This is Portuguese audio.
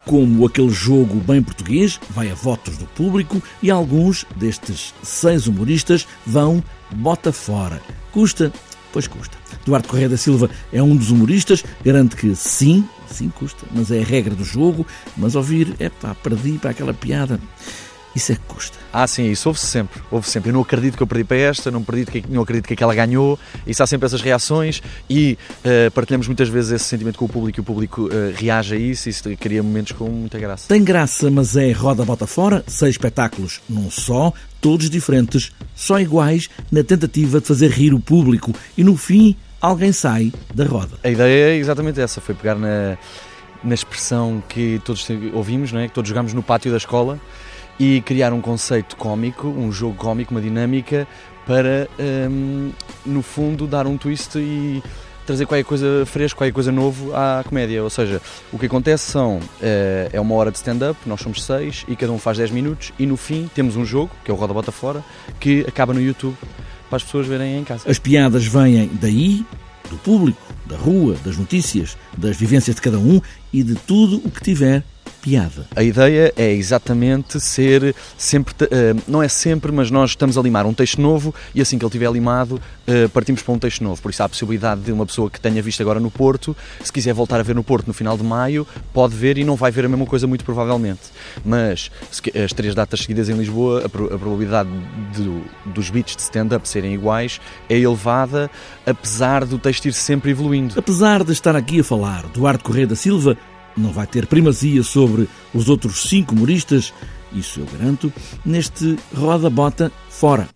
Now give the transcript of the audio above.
Como aquele jogo bem português, vai a votos do público e alguns destes 6 humoristas vão bota fora. Custa? Pois custa. Duarte Correia da Silva é um dos humoristas, garante que sim custa, mas é a regra do jogo, mas ouvir, perdi para aquela piada, isso é que custa. Sim, isso houve sempre. Eu não acredito que eu perdi para esta, não acredito que aquela ganhou, isso há sempre essas reações e partilhamos muitas vezes esse sentimento com o público e o público reage a isso e isso cria momentos com muita graça. Tem graça, mas é roda bota fora, 6 espetáculos num só, todos diferentes, só iguais, na tentativa de fazer rir o público e no fim alguém sai da roda. A ideia é exatamente essa, foi pegar na expressão que todos ouvimos, não é? Que todos jogámos no pátio da escola e criar um conceito cómico, um jogo cómico, uma dinâmica para, no fundo, dar um twist e trazer qualquer coisa fresca, qualquer coisa novo à comédia. Ou seja, o que acontece é 1 hora de stand-up, nós somos 6 e cada um faz 10 minutos e no fim temos um jogo, que é o Roda Bota Fora, que acaba no YouTube para as pessoas verem em casa. As piadas vêm daí, do público, da rua, das notícias, das vivências de cada um e de tudo o que tiver piada. A ideia é exatamente ser sempre, não é sempre, mas nós estamos a limar um texto novo e assim que ele estiver limado, partimos para um texto novo. Por isso há a possibilidade de uma pessoa que tenha visto agora no Porto, se quiser voltar a ver no Porto no final de maio, pode ver e não vai ver a mesma coisa muito provavelmente. Mas as 3 datas seguidas em Lisboa, a probabilidade dos beats de stand-up serem iguais é elevada, apesar do texto ir sempre evoluindo. Apesar de estar aqui a falar, Duarte Correia da Silva não vai ter primazia sobre os outros 5 humoristas, isso eu garanto, neste Roda Bota Fora.